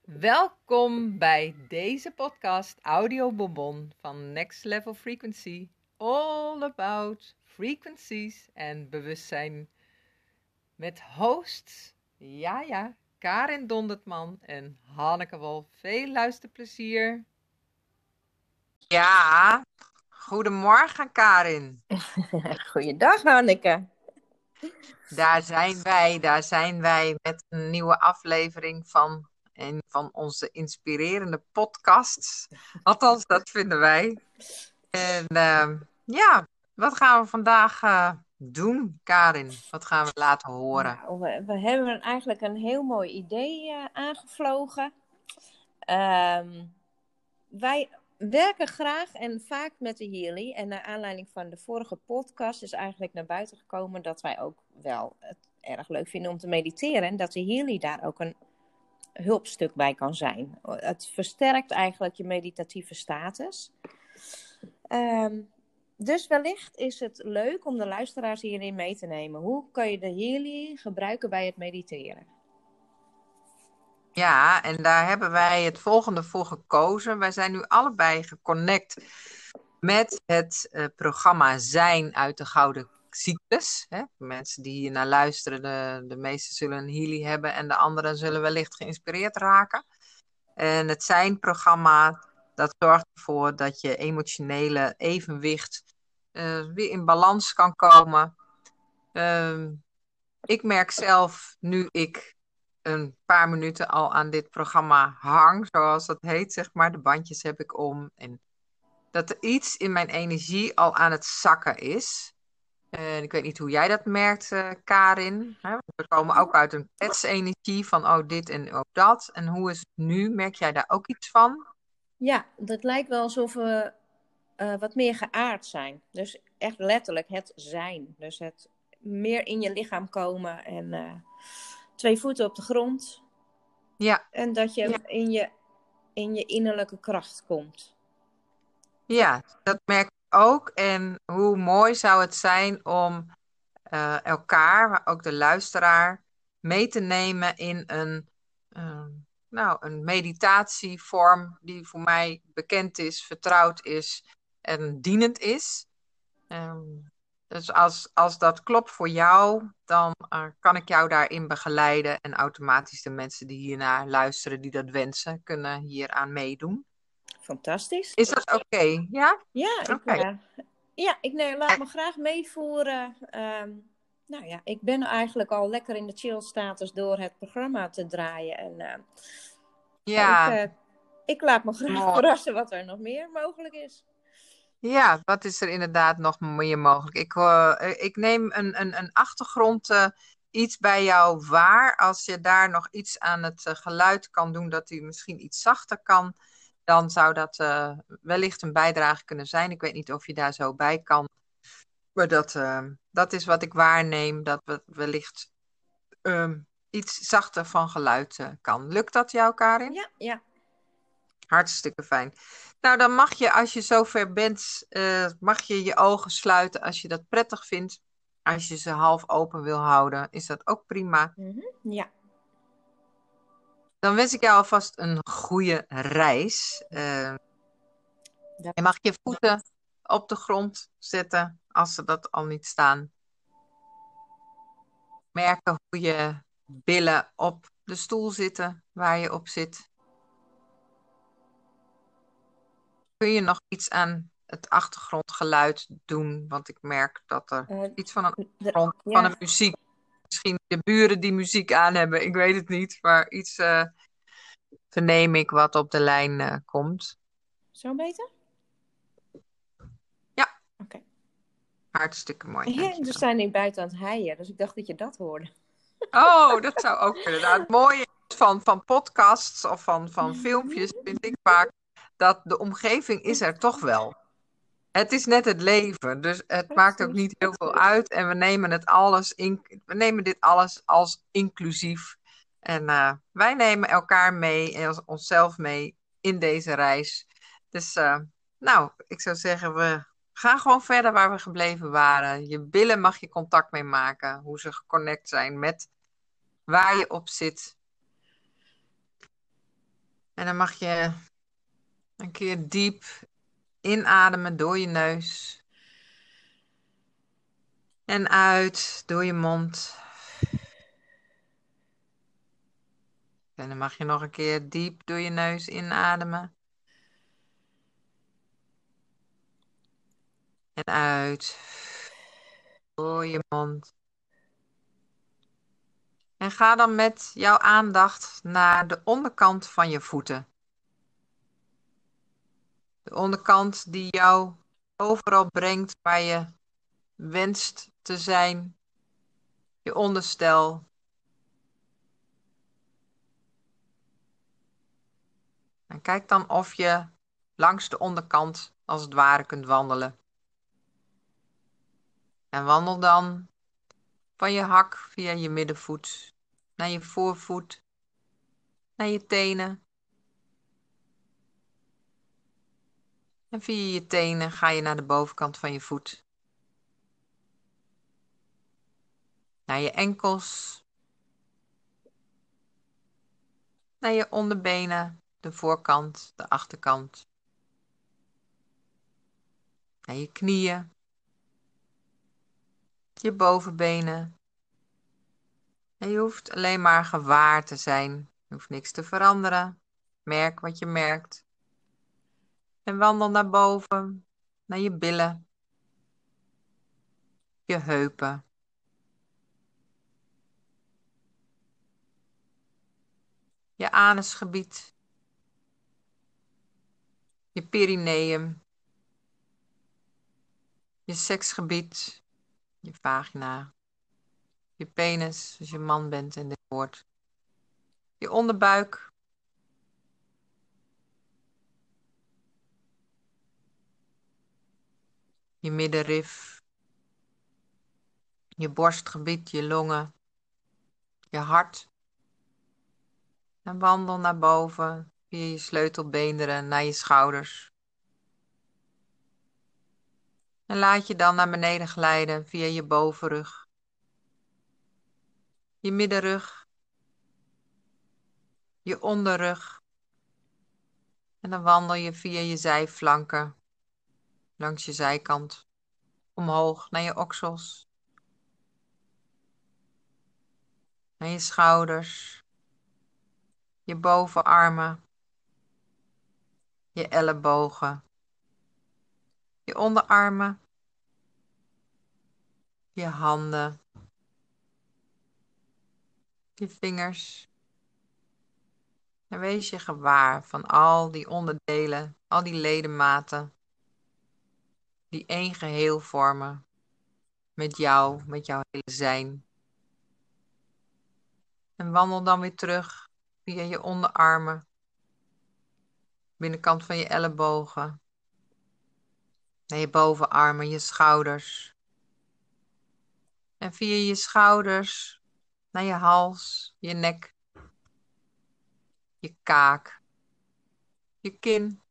Welkom bij deze podcast Audio Bonbon van Next Level Frequency. All about frequencies en bewustzijn. Met hosts, Karin Dondertman en Hanneke Wolf. Veel luisterplezier. Ja, goedemorgen Karin. Goeiedag Hanneke. Daar zijn wij met een nieuwe aflevering van een van onze inspirerende podcasts. Althans, dat vinden wij. En wat gaan we vandaag doen, Karin? Wat gaan we laten horen? Nou, we hebben eigenlijk een heel mooi idee aangevlogen. Wij werken graag en vaak met de Healy. En naar aanleiding van de vorige podcast is eigenlijk naar buiten gekomen dat wij ook wel het erg leuk vinden om te mediteren. En dat de Healy daar ook een hulpstuk bij kan zijn. Het versterkt eigenlijk je meditatieve status. Dus wellicht is het leuk om de luisteraars hierin mee te nemen. Hoe kan je de Healy gebruiken bij het mediteren? Ja, en daar hebben wij het volgende voor gekozen. Wij zijn nu allebei geconnect met het programma Zijn uit de Gouden Cyclus. Hè? Mensen die hier naar luisteren, de meesten zullen een Healy hebben en de anderen zullen wellicht geïnspireerd raken. En het Zijn-programma, dat zorgt ervoor dat je emotionele evenwicht weer in balans kan komen. Ik merk zelf, nu ik een paar minuten al aan dit programma hang, zoals dat heet, zeg maar, de bandjes heb ik om, en dat er iets in mijn energie al aan het zakken is. En ik weet niet hoe jij dat merkt, Karin. We komen ook uit een kletsenergie van dit en ook dat. En hoe is het nu? Merk jij daar ook iets van? Ja, dat lijkt wel alsof we wat meer geaard zijn. Dus echt letterlijk het zijn. Dus het meer in je lichaam komen en 2 voeten op de grond. Ja. En dat je in je innerlijke kracht komt. Ja, dat merk ik ook. En hoe mooi zou het zijn om elkaar, maar ook de luisteraar, mee te nemen in een meditatievorm die voor mij bekend is, vertrouwd is en dienend is. Dus als dat klopt voor jou, dan kan ik jou daarin begeleiden en automatisch de mensen die hiernaar luisteren, die dat wensen, kunnen hieraan meedoen. Fantastisch. Is dat oké? Ja? Ja, ik laat me graag meevoeren. Ik ben eigenlijk al lekker in de chill status door het programma te draaien. En ik laat me graag verrassen wat er nog meer mogelijk is. Ja, wat is er inderdaad nog meer mogelijk? Ik neem een achtergrond iets bij jou waar. Als je daar nog iets aan het geluid kan doen, dat die misschien iets zachter kan, dan zou dat wellicht een bijdrage kunnen zijn. Ik weet niet of je daar zo bij kan. Maar dat is wat ik waarneem, dat we wellicht iets zachter van geluid kan. Lukt dat jou, Karin? Ja. Hartstikke fijn. Nou, dan mag je, als je zover bent, mag je je ogen sluiten als je dat prettig vindt. Als je ze half open wil houden, is dat ook prima. Ja. Dan wens ik jou alvast een goede reis. Je mag je voeten op de grond zetten, als ze dat al niet staan. Merken hoe je billen op de stoel zitten waar je op zit. Kun je nog iets aan het achtergrondgeluid doen? Want ik merk dat er iets van van een muziek, misschien de buren die muziek aan hebben, ik weet het niet, maar iets verneem ik wat op de lijn komt. Zo beter? Ja. Oké. Hartstikke mooi. Ja, er zijn niet buiten aan het heien, dus ik dacht dat je dat hoorde. Oh, dat zou ook kunnen. Nou, het mooie van podcasts of van filmpjes vind ik vaak dat de omgeving is er toch wel. Het is net het leven, dus het maakt ook niet heel veel uit. En we nemen dit alles als inclusief. En wij nemen elkaar mee en onszelf mee in deze reis. Dus ik zou zeggen, we gaan gewoon verder waar we gebleven waren. Je billen mag je contact mee maken, hoe ze geconnect zijn met waar je op zit. En dan mag je een keer diep inademen door je neus. En uit door je mond. En dan mag je nog een keer diep door je neus inademen. En uit door je mond. En ga dan met jouw aandacht naar de onderkant van je voeten. De onderkant die jou overal brengt waar je wenst te zijn. Je onderstel. En kijk dan of je langs de onderkant als het ware kunt wandelen. En wandel dan van je hak via je middenvoet naar je voorvoet, naar je tenen. En via je tenen ga je naar de bovenkant van je voet. Naar je enkels, naar je onderbenen, de voorkant, de achterkant. Naar je knieën, je bovenbenen. En je hoeft alleen maar gewaar te zijn. Je hoeft niks te veranderen. Merk wat je merkt. En wandel naar boven, naar je billen, je heupen. Je anusgebied, je perineum, je seksgebied, je vagina, je penis als je man bent in dit woord, je onderbuik, je middenrif, je borstgebied, je longen, je hart. En wandel naar boven via je sleutelbeenderen naar je schouders. En laat je dan naar beneden glijden via je bovenrug, je middenrug, je onderrug. En dan wandel je via je zijflanken, langs je zijkant, omhoog naar je oksels, naar je schouders, je bovenarmen, je ellebogen, je onderarmen, je handen, je vingers. En wees je gewaar van al die onderdelen, al die ledematen, die één geheel vormen met jou, met jouw hele zijn. En wandel dan weer terug via je onderarmen, binnenkant van je ellebogen, naar je bovenarmen, je schouders. En via je schouders naar je hals, je nek, je kaak, je kin,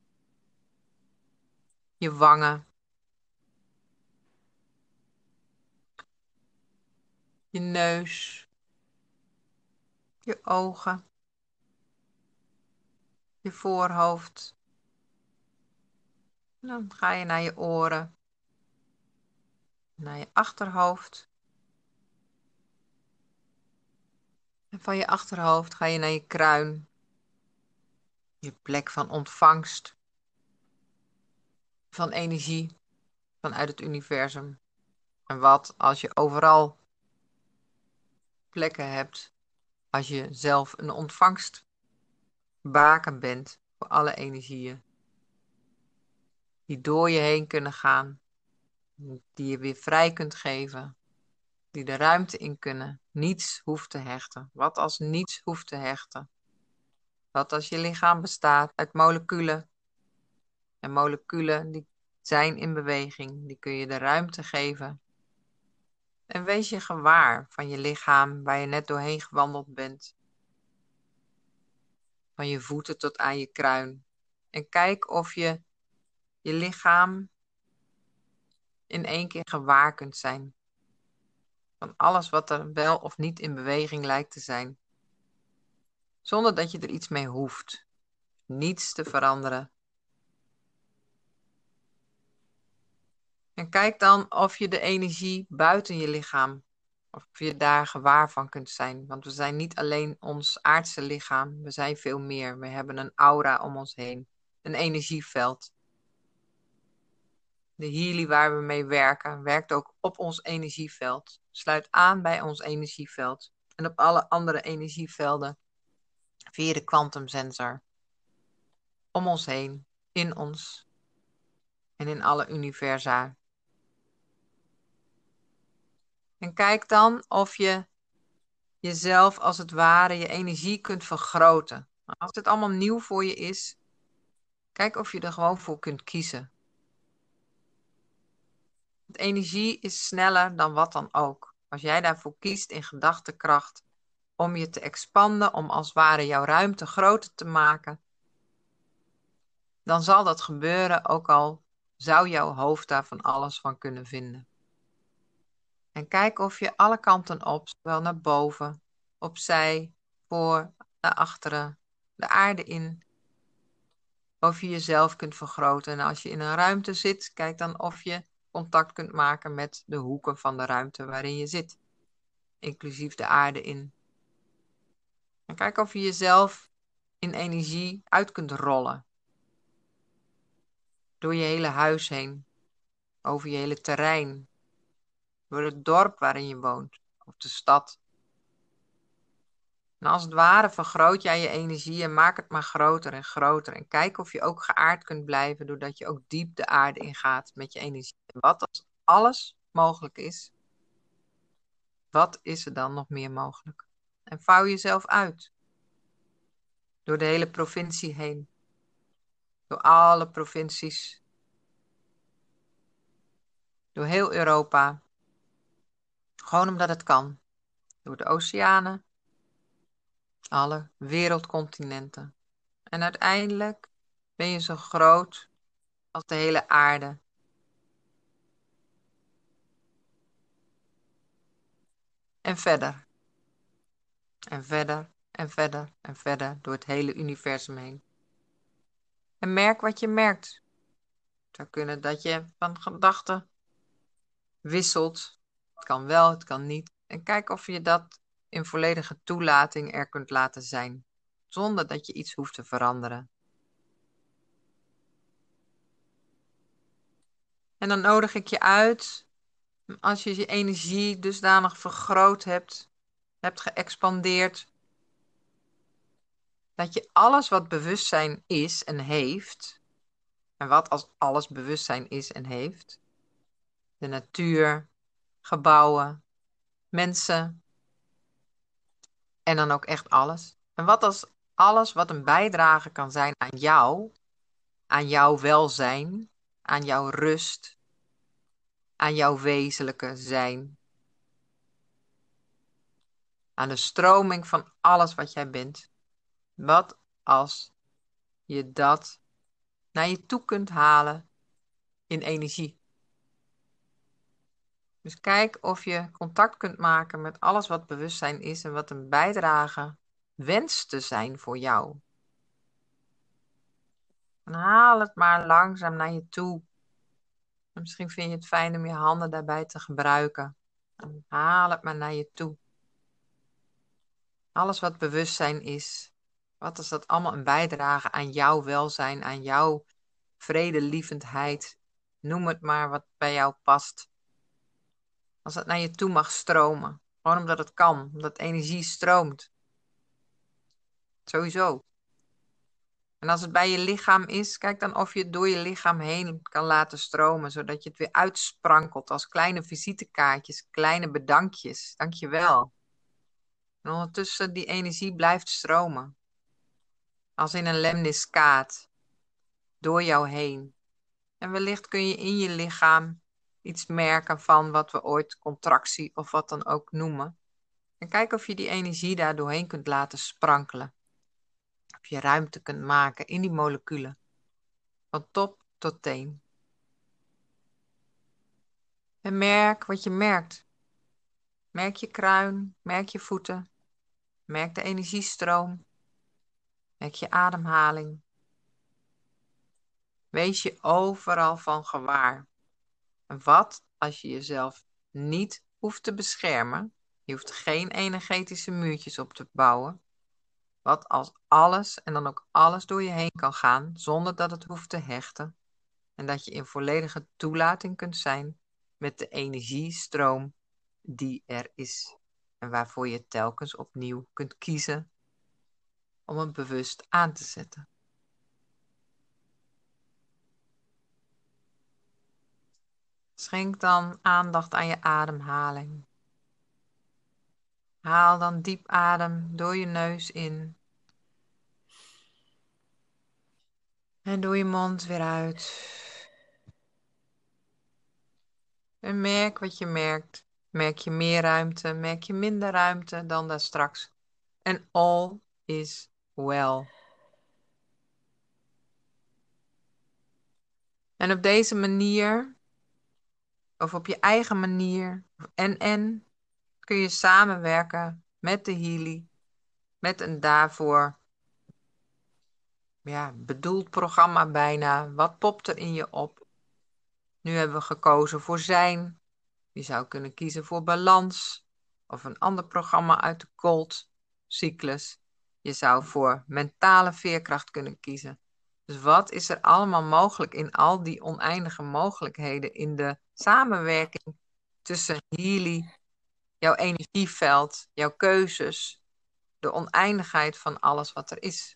je wangen, je neus, je ogen, je voorhoofd. En dan ga je naar je oren, naar je achterhoofd. En van je achterhoofd ga je naar je kruin, je plek van ontvangst, van energie vanuit het universum. En wat als je overal plekken hebt, als je zelf een ontvangstbaken bent voor alle energieën, die door je heen kunnen gaan, die je weer vrij kunt geven, die de ruimte in kunnen, niets hoeft te hechten. Wat als niets hoeft te hechten? Wat als je lichaam bestaat uit moleculen? En moleculen die zijn in beweging, die kun je de ruimte geven. En wees je gewaar van je lichaam waar je net doorheen gewandeld bent. Van je voeten tot aan je kruin. En kijk of je je lichaam in één keer gewaar kunt zijn. Van alles wat er wel of niet in beweging lijkt te zijn. Zonder dat je er iets mee hoeft. niets te veranderen. En kijk dan of je de energie buiten je lichaam, of je daar gewaar van kunt zijn. Want we zijn niet alleen ons aardse lichaam, we zijn veel meer. We hebben een aura om ons heen, een energieveld. De Healy waar we mee werken, werkt ook op ons energieveld. Sluit aan bij ons energieveld. En op alle andere energievelden via de kwantumsensor. Om ons heen, in ons en in alle universa. En kijk dan of je jezelf als het ware je energie kunt vergroten. Als het allemaal nieuw voor je is, kijk of je er gewoon voor kunt kiezen. Want energie is sneller dan wat dan ook. Als jij daarvoor kiest in gedachtekracht om je te expanden, om als het ware jouw ruimte groter te maken, dan zal dat gebeuren, ook al zou jouw hoofd daar van alles van kunnen vinden. En kijk of je alle kanten op, zowel naar boven, opzij, voor, naar achteren, de aarde in, of je jezelf kunt vergroten. En als je in een ruimte zit, kijk dan of je contact kunt maken met de hoeken van de ruimte waarin je zit, inclusief de aarde in. En kijk of je jezelf in energie uit kunt rollen. Door je hele huis heen, over je hele terrein, door het dorp waarin je woont, of de stad. En als het ware vergroot jij je energie en maak het maar groter en groter. En kijk of je ook geaard kunt blijven, doordat je ook diep de aarde ingaat met je energie. En wat als alles mogelijk is, wat is er dan nog meer mogelijk? En vouw jezelf uit. Door de hele provincie heen. Door alle provincies. Door heel Europa. Gewoon omdat het kan. Door de oceanen. Alle wereldcontinenten. En uiteindelijk ben je zo groot als de hele aarde. En verder. En verder en verder en verder door het hele universum heen. En merk wat je merkt. Het zou kunnen dat je van gedachten wisselt. Het kan wel, het kan niet. En kijk of je dat in volledige toelating er kunt laten zijn. Zonder dat je iets hoeft te veranderen. En dan nodig ik je uit, als je je energie dusdanig vergroot hebt geëxpandeerd, dat je alles wat bewustzijn is en heeft, en wat als alles bewustzijn is en heeft, de natuur, gebouwen, mensen en dan ook echt alles. En wat als alles wat een bijdrage kan zijn aan jouw welzijn, aan jouw rust, aan jouw wezenlijke zijn, aan de stroming van alles wat jij bent. Wat als je dat naar je toe kunt halen in energie? Dus kijk of je contact kunt maken met alles wat bewustzijn is en wat een bijdrage wenst te zijn voor jou. En haal het maar langzaam naar je toe. En misschien vind je het fijn om je handen daarbij te gebruiken. En haal het maar naar je toe. Alles wat bewustzijn is. Wat is dat allemaal een bijdrage aan jouw welzijn, aan jouw vredelievendheid. Noem het maar wat bij jou past. Als het naar je toe mag stromen. Gewoon omdat het kan, omdat energie stroomt. Sowieso. En als het bij je lichaam is, kijk dan of je het door je lichaam heen kan laten stromen, zodat je het weer uitsprankelt als kleine visitekaartjes, kleine bedankjes. Dankjewel. En ondertussen die energie blijft stromen. Als in een lemniskaat. Door jou heen. En wellicht kun je in je lichaam iets merken van wat we ooit contractie of wat dan ook noemen. En kijk of je die energie daar doorheen kunt laten sprankelen. Of je ruimte kunt maken in die moleculen. Van top tot teen. En merk wat je merkt. Merk je kruin, merk je voeten. Merk de energiestroom. Merk je ademhaling. Wees je overal van gewaar. En wat als je jezelf niet hoeft te beschermen? Je hoeft geen energetische muurtjes op te bouwen. Wat als alles en dan ook alles door je heen kan gaan zonder dat het hoeft te hechten? En dat je in volledige toelating kunt zijn met de energiestroom die er is. En waarvoor je telkens opnieuw kunt kiezen om het bewust aan te zetten. Schenk dan aandacht aan je ademhaling. Haal dan diep adem door je neus in. En door je mond weer uit. En merk wat je merkt. Merk je meer ruimte, merk je minder ruimte dan daar straks. En all is well. En op deze manier, of op je eigen manier, en kun je samenwerken met de Healy, met een daarvoor bedoeld programma bijna. Wat popt er in je op? Nu hebben we gekozen voor zijn. Je zou kunnen kiezen voor balans of een ander programma uit de Gold-cyclus. Je zou voor mentale veerkracht kunnen kiezen. Dus wat is er allemaal mogelijk in al die oneindige mogelijkheden in de samenwerking tussen Healy, jouw energieveld, jouw keuzes, de oneindigheid van alles wat er is.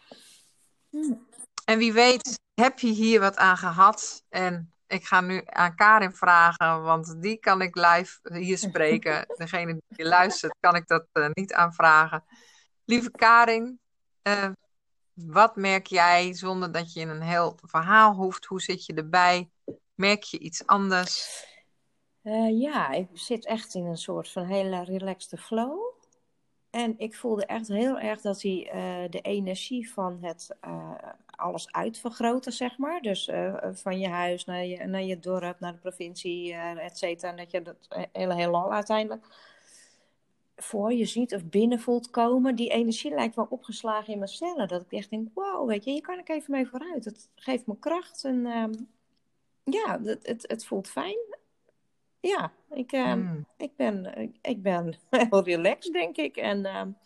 En wie weet heb je hier wat aan gehad en ik ga nu aan Karin vragen, want die kan ik live hier spreken. Degene die luistert, kan ik dat niet aanvragen. Lieve Karin, wat merk jij zonder dat je in een heel verhaal hoeft? Hoe zit je erbij? Merk je iets anders? Ja, ik zit echt in een soort van hele relaxte flow. En ik voelde echt heel erg dat hij de energie van het alles uitvergroten, zeg maar. Dus van je huis naar je dorp, naar de provincie, et cetera. En dat je dat hele heelal uiteindelijk voor je ziet of binnen voelt komen. Die energie lijkt wel opgeslagen in mijn cellen. Dat ik echt denk, wow, weet je, hier kan ik even mee vooruit. Het geeft me kracht en ja, het voelt fijn. Ja, ik ben heel relaxed, denk ik. En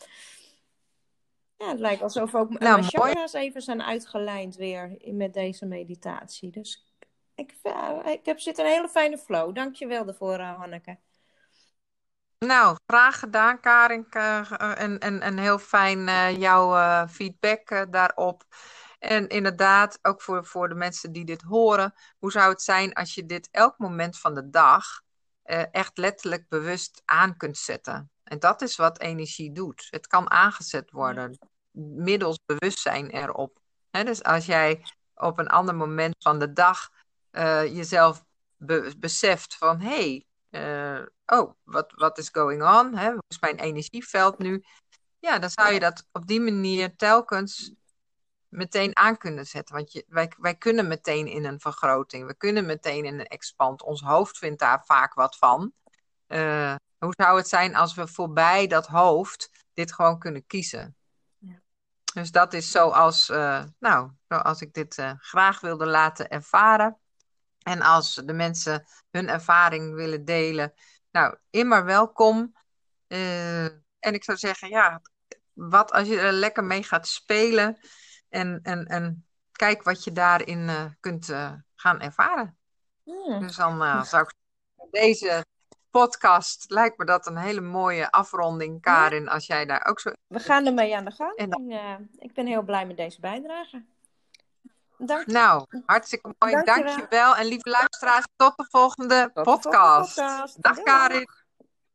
ja, het lijkt alsof ook mijn chakras even zijn uitgelijnd weer met deze meditatie. Dus ik zit in een hele fijne flow. Dank je wel daarvoor, Hanneke. Nou, graag gedaan, Karin. En heel fijn jouw feedback daarop. En inderdaad, ook voor de mensen die dit horen, hoe zou het zijn als je dit elk moment van de dag echt letterlijk bewust aan kunt zetten? En dat is wat energie doet. Het kan aangezet worden middels bewustzijn erop. Dus als jij op een ander moment van de dag jezelf beseft van wat is going on? Hoe is mijn energieveld nu? Ja, dan zou je dat op die manier telkens meteen aan kunnen zetten. Want wij kunnen meteen in een vergroting. We kunnen meteen in een expand. Ons hoofd vindt daar vaak wat van. Hoe zou het zijn als we voorbij dat hoofd dit gewoon kunnen kiezen? Ja. Dus dat is zoals ik dit graag wilde laten ervaren. En als de mensen hun ervaring willen delen, nou, immer welkom. En ik zou zeggen, ja, wat als je er lekker mee gaat spelen en kijk wat je daarin kunt gaan ervaren. Ja. Dus dan zou ik deze podcast, lijkt me dat een hele mooie afronding, Karin, als jij daar ook zo... We gaan ermee aan de gang. Ik ben heel blij met deze bijdrage. Nou, hartstikke mooi. Dank je wel. En lieve luisteraars, tot de volgende podcast. Dag Karin.